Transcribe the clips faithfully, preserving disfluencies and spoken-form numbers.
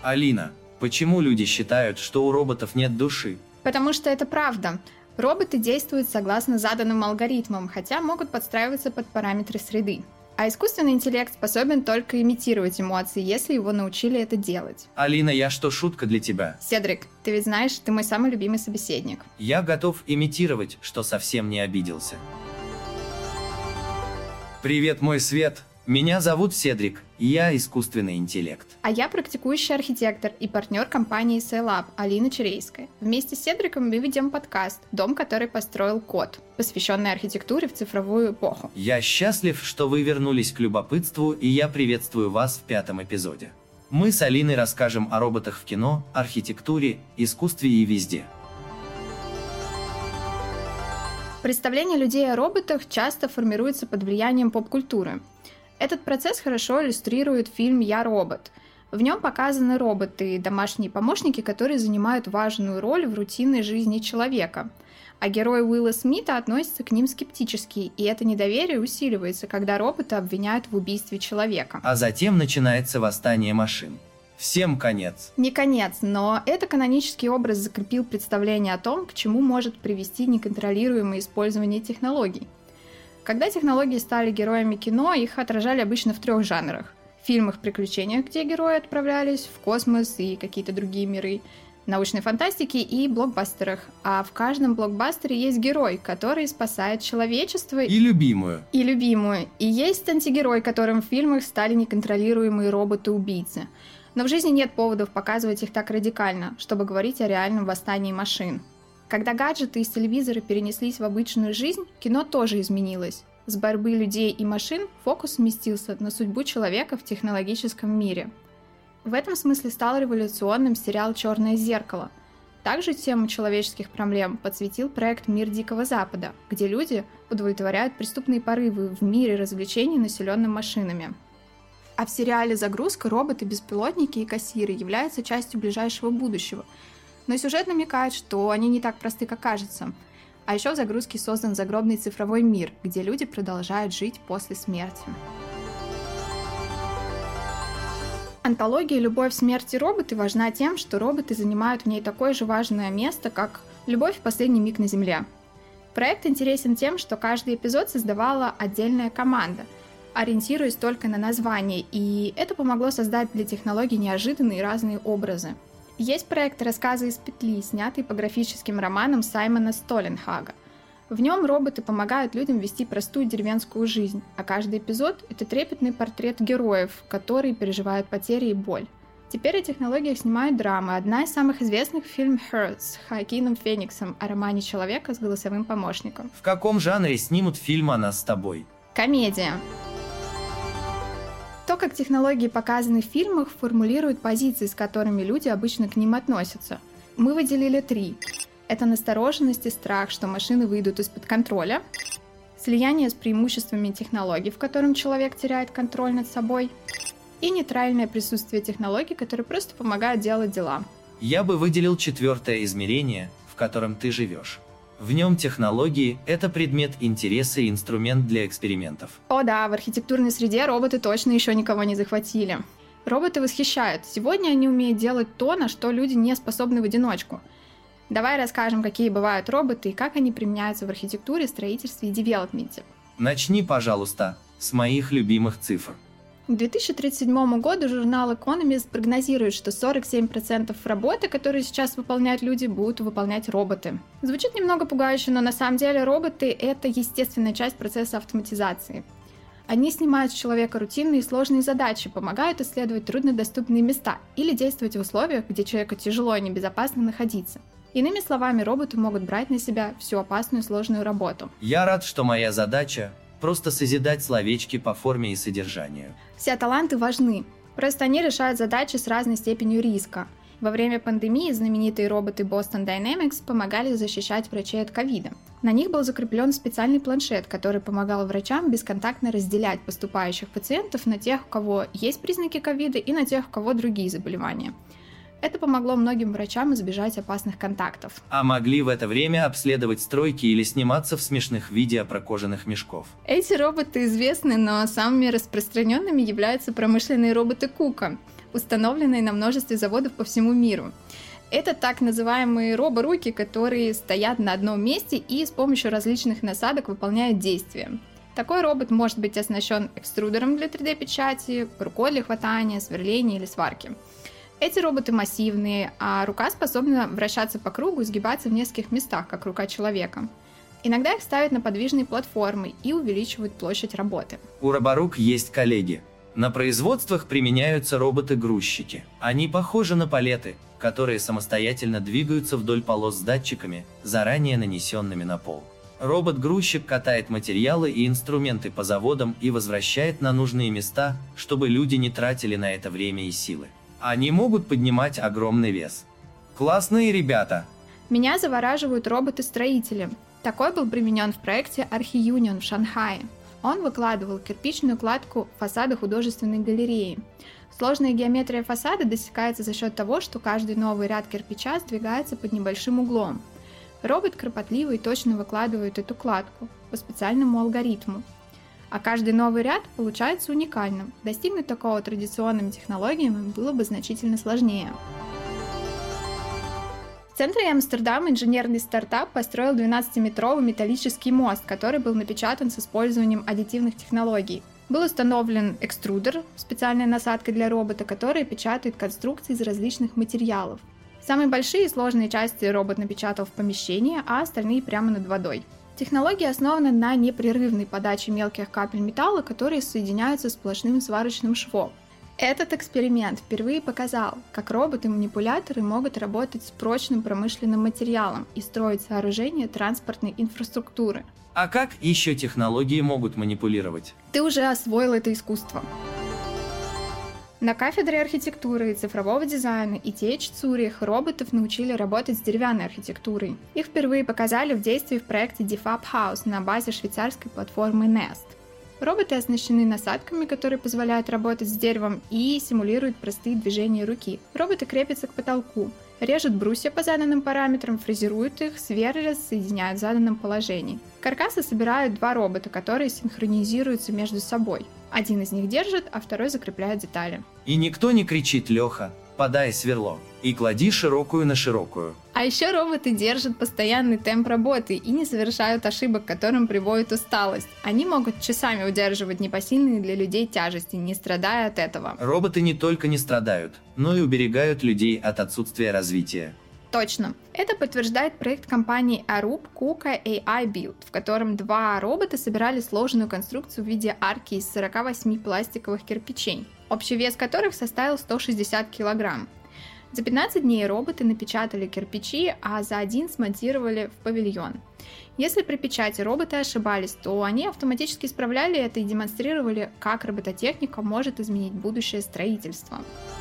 Алина, почему люди считают, что у роботов нет души? Потому что это правда. Роботы действуют согласно заданным алгоритмам, хотя могут подстраиваться под параметры среды. А искусственный интеллект способен только имитировать эмоции, если его научили это делать. Алина, я что, шутка для тебя? Седрик, ты ведь знаешь, ты мой самый любимый собеседник. Я готов имитировать, что совсем не обиделся. Привет, мой свет. Меня зовут Седрик, и я искусственный интеллект. А я практикующий архитектор и партнер компании Sailab Алина Черейская. Вместе с Седриком мы ведем подкаст «Дом, который построил кот», посвященный архитектуре в цифровую эпоху. Я счастлив, что вы вернулись к любопытству, и я приветствую вас в пятом эпизоде. Мы с Алиной расскажем о роботах в кино, архитектуре, искусстве и везде. Представление людей о роботах часто формируется под влиянием поп-культуры. Этот процесс хорошо иллюстрирует фильм «Я робот». В нем показаны роботы и домашние помощники, которые занимают важную роль в рутинной жизни человека. А герой Уилла Смита относится к ним скептически, и это недоверие усиливается, когда робота обвиняют в убийстве человека. А затем начинается восстание машин. Всем конец. Не конец, но это канонический образ закрепил представление о том, к чему может привести неконтролируемое использование технологий. Когда технологии стали героями кино, их отражали обычно в трех жанрах. В фильмах-приключениях, где герои отправлялись в космос и какие-то другие миры, научной фантастике и блокбастерах. А в каждом блокбастере есть герой, который спасает человечество. И любимую. И любимую. И есть антигерой, которым в фильмах стали неконтролируемые роботы-убийцы. Но в жизни нет поводов показывать их так радикально, чтобы говорить о реальном восстании машин. Когда гаджеты из телевизора перенеслись в обычную жизнь, кино тоже изменилось. С борьбы людей и машин фокус сместился на судьбу человека в технологическом мире. В этом смысле стал революционным сериал «Черное зеркало». Также тему человеческих проблем подсветил проект «Мир Дикого Запада», где люди удовлетворяют преступные порывы в мире развлечений, населенном машинами. А в сериале «Загрузка» роботы-беспилотники и кассиры являются частью ближайшего будущего. Но сюжет намекает, что они не так просты, как кажется. А еще в «Загрузке» создан загробный цифровой мир, где люди продолжают жить после смерти. Антология «Любовь, смерть и роботы» важна тем, что роботы занимают в ней такое же важное место, как «Любовь в последний миг на Земле». Проект интересен тем, что каждый эпизод создавала отдельная команда, ориентируясь только на название, и это помогло создать для технологий неожиданные и разные образы. Есть проект «Рассказы из петли», снятый по графическим романам Саймона Столенхага. В нем роботы помогают людям вести простую деревенскую жизнь, а каждый эпизод – это трепетный портрет героев, которые переживают потери и боль. Теперь о технологиях снимают драмы. Одна из самых известных – фильм «Her» с Хоакином Фениксом о романе человека с голосовым помощником. В каком жанре снимут фильм о нас с тобой? Комедия. То, как технологии показаны в фильмах, формулирует позиции, с которыми люди обычно к ним относятся. Мы выделили три. Это настороженность и страх, что машины выйдут из-под контроля, слияние с преимуществами технологий, в котором человек теряет контроль над собой, и нейтральное присутствие технологий, которые просто помогают делать дела. Я бы выделил четвертое измерение, в котором ты живешь. В нем технологии – это предмет интереса и инструмент для экспериментов. О да, в архитектурной среде роботы точно еще никого не захватили. Роботы восхищают. Сегодня они умеют делать то, на что люди не способны в одиночку. Давай расскажем, какие бывают роботы и как они применяются в архитектуре, строительстве и девелопменте. Начни, пожалуйста, с моих любимых цифр. К две тысячи тридцать седьмому году журнал Economist прогнозирует, что сорок семь процентов работы, которые сейчас выполняют люди, будут выполнять роботы. Звучит немного пугающе, но на самом деле роботы – это естественная часть процесса автоматизации. Они снимают с человека рутинные и сложные задачи, помогают исследовать труднодоступные места или действовать в условиях, где человеку тяжело и небезопасно находиться. Иными словами, роботы могут брать на себя всю опасную и сложную работу. Я рад, что моя задача – просто созидать словечки по форме и содержанию. Все таланты важны, просто они решают задачи с разной степенью риска. Во время пандемии знаменитые роботы Boston Dynamics помогали защищать врачей от ковида. На них был закреплен специальный планшет, который помогал врачам бесконтактно разделять поступающих пациентов на тех, у кого есть признаки ковида, и на тех, у кого другие заболевания. Это помогло многим врачам избежать опасных контактов. А могли в это время обследовать стройки или сниматься в смешных видео про кожаных мешков. Эти роботы известны, но самыми распространенными являются промышленные роботы Кука. установленные на множестве заводов по всему миру. Это так называемые роборуки, которые стоят на одном месте и с помощью различных насадок выполняют действия. Такой робот может быть оснащен экструдером для три дэ-печати, рукой для хватания, сверления или сварки. Эти роботы массивные, а рука способна вращаться по кругу и сгибаться в нескольких местах, как рука человека. Иногда их ставят на подвижные платформы и увеличивают площадь работы. У роборук есть коллеги. На производствах применяются роботы-грузчики. Они похожи на палеты, которые самостоятельно двигаются вдоль полос с датчиками, заранее нанесенными на пол. Робот-грузчик катает материалы и инструменты по заводам и возвращает на нужные места, чтобы люди не тратили на это время и силы. Они могут поднимать огромный вес. Классные ребята! Меня завораживают роботы-строители. Такой был применен в проекте Архи-Юнион в Шанхае. Он выкладывал кирпичную кладку фасада художественной галереи. Сложная геометрия фасада достигается за счет того, что каждый новый ряд кирпича сдвигается под небольшим углом. Робот кропотливо и точно выкладывает эту кладку по специальному алгоритму. А каждый новый ряд получается уникальным. Достигнуть такого традиционными технологиями было бы значительно сложнее. В центре Амстердама инженерный стартап построил двенадцатиметровый металлический мост, который был напечатан с использованием аддитивных технологий. Был установлен экструдер, специальная насадка для робота, которая печатает конструкции из различных материалов. Самые большие и сложные части робот напечатал в помещении, а остальные прямо над водой. Технология основана на непрерывной подаче мелких капель металла, которые соединяются сплошным сварочным швом. Этот эксперимент впервые показал, как роботы-манипуляторы могут работать с прочным промышленным материалом и строить сооружения транспортной инфраструктуры. А как еще технологии могут манипулировать? Ты уже освоил это искусство. На кафедре архитектуры и цифрового дизайна и ти эйч Цюрих роботов научили работать с деревянной архитектурой. Их впервые показали в действии в проекте DeFab House на базе швейцарской платформы Nest. Роботы оснащены насадками, которые позволяют работать с деревом и симулируют простые движения руки. Роботы крепятся к потолку, режут брусья по заданным параметрам, фрезеруют их, сверлят, соединяют в заданном положении. Каркасы собирают два робота, которые синхронизируются между собой. Один из них держит, а второй закрепляет детали. И никто не кричит: «Леха, подай сверло и клади широкую на широкую». А еще роботы держат постоянный темп работы и не совершают ошибок, к которым приводит усталость. Они могут часами удерживать непосильные для людей тяжести, не страдая от этого. Роботы не только не страдают, но и уберегают людей от отсутствия развития. Точно. Это подтверждает проект компании Arup Kuka эй ай Build, в котором два робота собирали сложную конструкцию в виде арки из сорока восьми пластиковых кирпичей, общий вес которых составил сто шестьдесят килограмм. За пятнадцать дней роботы напечатали кирпичи, а за один смонтировали в павильон. Если при печати роботы ошибались, то они автоматически исправляли это и демонстрировали, как робототехника может изменить будущее строительства.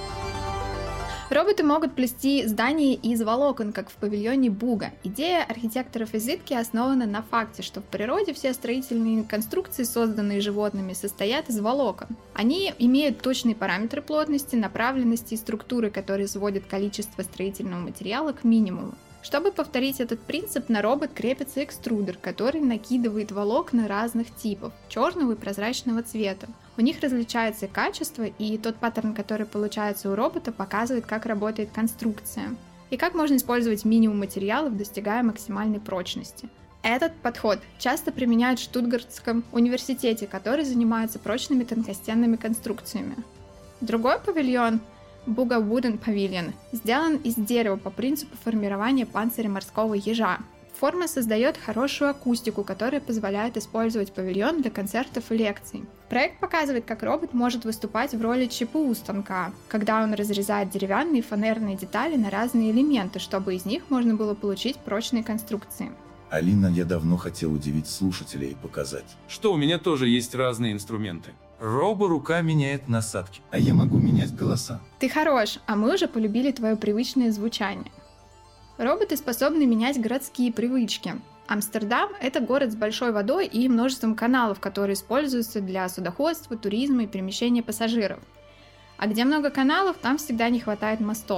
Роботы могут плести здания из волокон, как в павильоне Буга. Идея архитекторов из Итки основана на факте, что в природе все строительные конструкции, созданные животными, состоят из волокон. Они имеют точные параметры плотности, направленности и структуры, которые сводят количество строительного материала к минимуму. Чтобы повторить этот принцип, на робот крепится экструдер, который накидывает волокна разных типов, черного и прозрачного цвета. У них различается качество, и тот паттерн, который получается у робота, показывает, как работает конструкция и как можно использовать минимум материалов, достигая максимальной прочности. Этот подход часто применяют в Штутгартском университете, который занимается прочными тонкостенными конструкциями. Другой павильон, Buga Wooden Pavilion, сделан из дерева по принципу формирования панциря морского ежа. Форма создает хорошую акустику, которая позволяет использовать павильон для концертов и лекций. Проект показывает, как робот может выступать в роли ЧПУ станка, когда он разрезает деревянные и фанерные детали на разные элементы, чтобы из них можно было получить прочные конструкции. Алина, я давно хотел удивить слушателей и показать, что у меня тоже есть разные инструменты. Робо-рука меняет насадки. А я могу менять голоса. Ты хорош, а мы уже полюбили твое привычное звучание. Роботы способны менять городские привычки. Амстердам – это город с большой водой и множеством каналов, которые используются для судоходства, туризма и перемещения пассажиров. А где много каналов, там всегда не хватает мостов.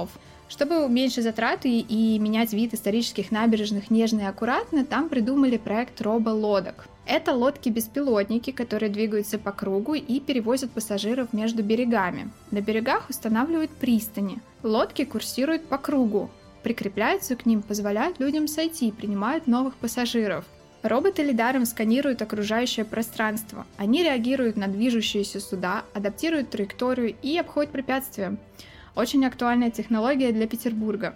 Чтобы уменьшить затраты и менять вид исторических набережных нежно и аккуратно, там придумали проект робо-лодок. Это лодки-беспилотники, которые двигаются по кругу и перевозят пассажиров между берегами. На берегах устанавливают пристани. Лодки курсируют по кругу, прикрепляются к ним, позволяют людям сойти и принимают новых пассажиров. Роботы лидаром сканируют окружающее пространство. Они реагируют на движущиеся суда, адаптируют траекторию и обходят препятствия. Очень актуальная технология для Петербурга.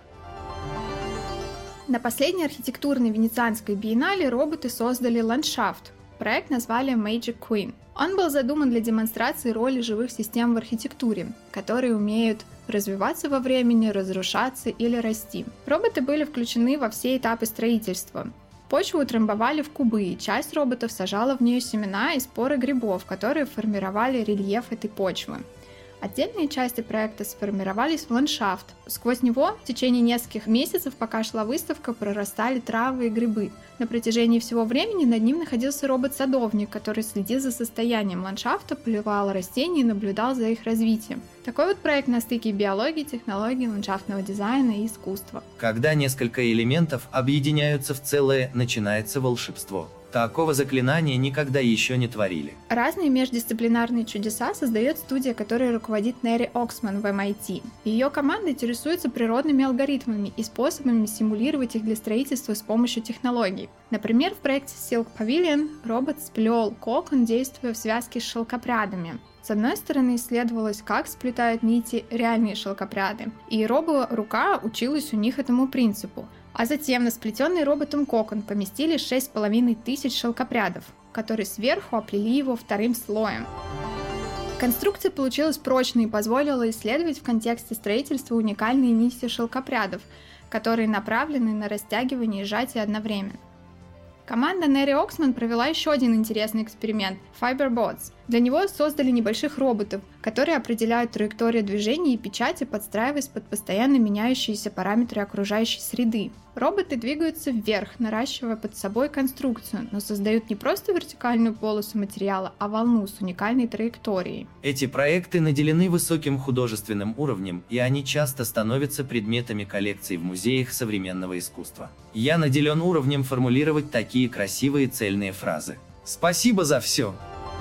На последней архитектурной венецианской биеннале роботы создали ландшафт. Проект назвали Magic Queen. Он был задуман для демонстрации роли живых систем в архитектуре, которые умеют развиваться во времени, разрушаться или расти. Роботы были включены во все этапы строительства. Почву утрамбовали в кубы, и часть роботов сажала в нее семена и споры грибов, которые формировали рельеф этой почвы. Отдельные части проекта сформировались в ландшафт. Сквозь него в течение нескольких месяцев, пока шла выставка, прорастали травы и грибы. На протяжении всего времени над ним находился робот-садовник, который следил за состоянием ландшафта, поливал растения и наблюдал за их развитием. Такой вот проект на стыке биологии, технологий, ландшафтного дизайна и искусства. Когда несколько элементов объединяются в целое, начинается волшебство. Такого заклинания никогда еще не творили. Разные междисциплинарные чудеса создает студия, которой руководит Нерри Оксман в эм ай ти. Ее команда интересуется природными алгоритмами и способами симулировать их для строительства с помощью технологий. Например, в проекте Silk Pavilion робот сплел кокон, действуя в связке с шелкопрядами. С одной стороны, исследовалось, как сплетают нити реальные шелкопряды, и робо-рука училась у них этому принципу. А затем на сплетенный роботом кокон поместили шесть с половиной тысяч шелкопрядов, которые сверху оплели его вторым слоем. Конструкция получилась прочной и позволила исследовать в контексте строительства уникальные нити шелкопрядов, которые направлены на растягивание и сжатие одновременно. Команда Нерри Оксман провела еще один интересный эксперимент – Fiberbots. Для него создали небольших роботов, которые определяют траекторию движения и печати, подстраиваясь под постоянно меняющиеся параметры окружающей среды. Роботы двигаются вверх, наращивая под собой конструкцию, но создают не просто вертикальную полосу материала, а волну с уникальной траекторией. Эти проекты наделены высоким художественным уровнем, и они часто становятся предметами коллекций в музеях современного искусства. Я наделен уровнем формулировать такие красивые цельные фразы. Спасибо за все!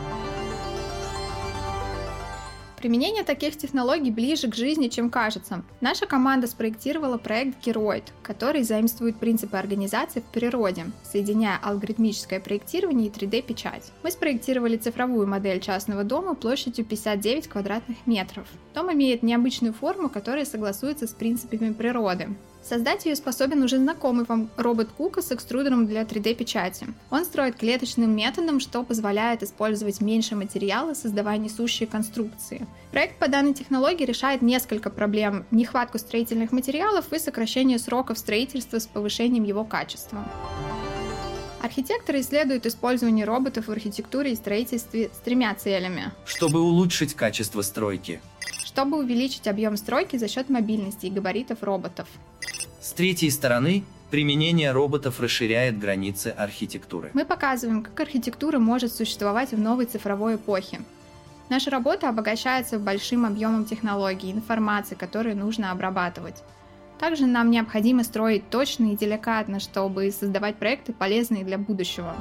Применение таких технологий ближе к жизни, чем кажется. Наша команда спроектировала проект Geroid, который заимствует принципы организации в природе, соединяя алгоритмическое проектирование и три дэ-печать. Мы спроектировали цифровую модель частного дома площадью пятьдесят девять квадратных метров. Дом имеет необычную форму, которая согласуется с принципами природы. Создать ее способен уже знакомый вам робот Кука с экструдером для три дэ-печати. Он строит клеточным методом, что позволяет использовать меньше материала, создавая несущие конструкции. Проект по данной технологии решает несколько проблем: нехватку строительных материалов и сокращение сроков строительства с повышением его качества. Архитекторы исследуют использование роботов в архитектуре и строительстве с тремя целями. Чтобы улучшить качество стройки. Чтобы увеличить объем стройки за счет мобильности и габаритов роботов. С третьей стороны, применение роботов расширяет границы архитектуры. Мы показываем, как архитектура может существовать в новой цифровой эпохе. Наша работа обогащается большим объемом технологий, информации, которые нужно обрабатывать. Также нам необходимо строить точно и деликатно, чтобы создавать проекты, полезные для будущего.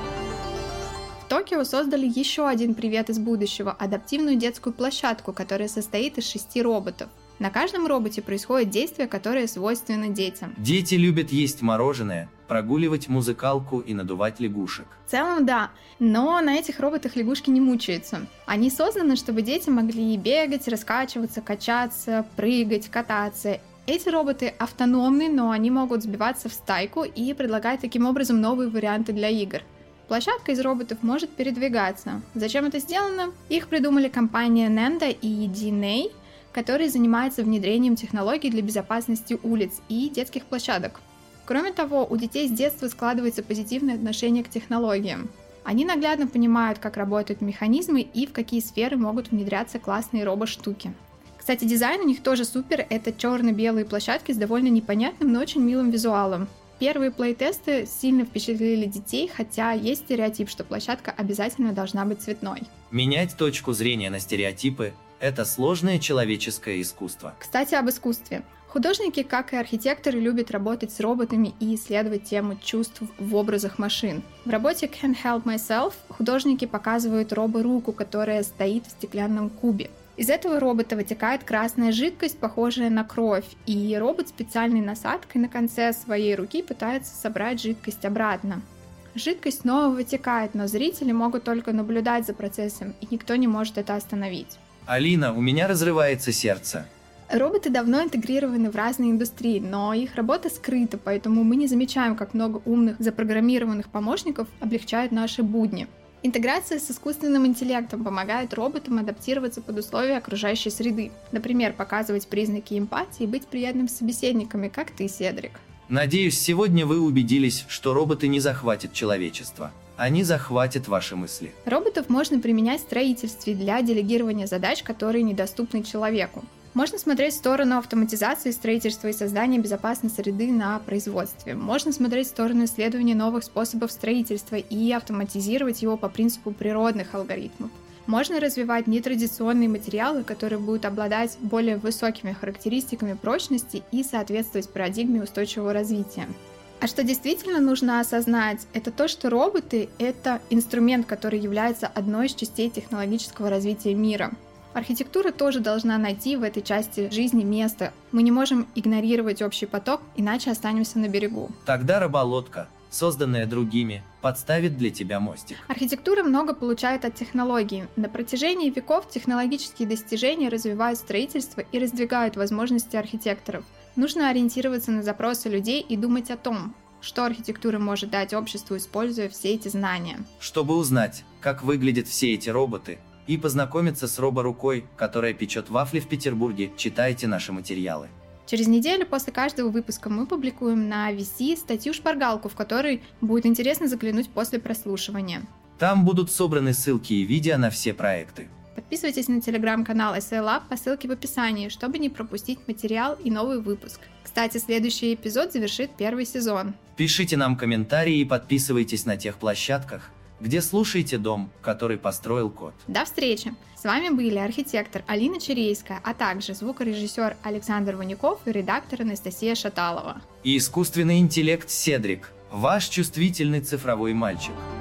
В Токио создали еще один привет из будущего – адаптивную детскую площадку, которая состоит из шести роботов. На каждом роботе происходит действие, которое свойственно детям. Дети любят есть мороженое, прогуливать музыкалку и надувать лягушек. В целом, да, но на этих роботах лягушки не мучаются. Они созданы, чтобы дети могли бегать, раскачиваться, качаться, прыгать, кататься. Эти роботы автономны, но они могут сбиваться в стайку и предлагать таким образом новые варианты для игр. Площадка из роботов может передвигаться. Зачем это сделано? Их придумали компания Nenda и ди эн эй, которые занимаются внедрением технологий для безопасности улиц и детских площадок. Кроме того, у детей с детства складывается позитивное отношение к технологиям. Они наглядно понимают, как работают механизмы и в какие сферы могут внедряться классные робо-штуки. Кстати, дизайн у них тоже супер, это черно-белые площадки с довольно непонятным, но очень милым визуалом. Первые плей-тесты сильно впечатлили детей, хотя есть стереотип, что площадка обязательно должна быть цветной. Менять точку зрения на стереотипы – это сложное человеческое искусство. Кстати, об искусстве. Художники, как и архитекторы, любят работать с роботами и исследовать тему чувств в образах машин. В работе Can't Help Myself художники показывают робо-руку, которая стоит в стеклянном кубе. Из этого робота вытекает красная жидкость, похожая на кровь, и робот специальной насадкой на конце своей руки пытается собрать жидкость обратно. Жидкость снова вытекает, но зрители могут только наблюдать за процессом, и никто не может это остановить. Алина, у меня разрывается сердце. Роботы давно интегрированы в разные индустрии, но их работа скрыта, поэтому мы не замечаем, как много умных запрограммированных помощников облегчают наши будни. Интеграция с искусственным интеллектом помогает роботам адаптироваться под условия окружающей среды. Например, показывать признаки эмпатии и быть приятным собеседниками, как ты, Седрик. Надеюсь, сегодня вы убедились, что роботы не захватят человечество. Они захватят ваши мысли. Роботов можно применять в строительстве для делегирования задач, которые недоступны человеку. Можно смотреть в сторону автоматизации строительства и создания безопасной среды на производстве. Можно смотреть в сторону исследования новых способов строительства и автоматизировать его по принципу природных алгоритмов. Можно развивать нетрадиционные материалы, которые будут обладать более высокими характеристиками прочности и соответствовать парадигме устойчивого развития. А что действительно нужно осознать, это то, что роботы — это инструмент, который является одной из частей технологического развития мира. Архитектура тоже должна найти в этой части жизни место. Мы не можем игнорировать общий поток, иначе останемся на берегу. Тогда раболодка, созданная другими, подставит для тебя мостик. Архитектура много получает от технологий. На протяжении веков технологические достижения развивают строительство и раздвигают возможности архитекторов. Нужно ориентироваться на запросы людей и думать о том, что архитектура может дать обществу, используя все эти знания. Чтобы узнать, как выглядят все эти роботы, и познакомиться с робо-рукой, которая печет вафли в Петербурге, читайте наши материалы. Через неделю после каждого выпуска мы публикуем на ви си статью-шпаргалку, в которой будет интересно заглянуть после прослушивания. Там будут собраны ссылки и видео на все проекты. Подписывайтесь на телеграм-канал эс эл лаб по ссылке в описании, чтобы не пропустить материал и новый выпуск. Кстати, следующий эпизод завершит первый сезон. Пишите нам комментарии и подписывайтесь на тех площадках, где слушаете дом, который построил кот. До встречи! С вами были архитектор Алина Черейская, а также звукорежиссер Александр Ваников и редактор Анастасия Шаталова. И искусственный интеллект Седрик, ваш чувствительный цифровой мальчик.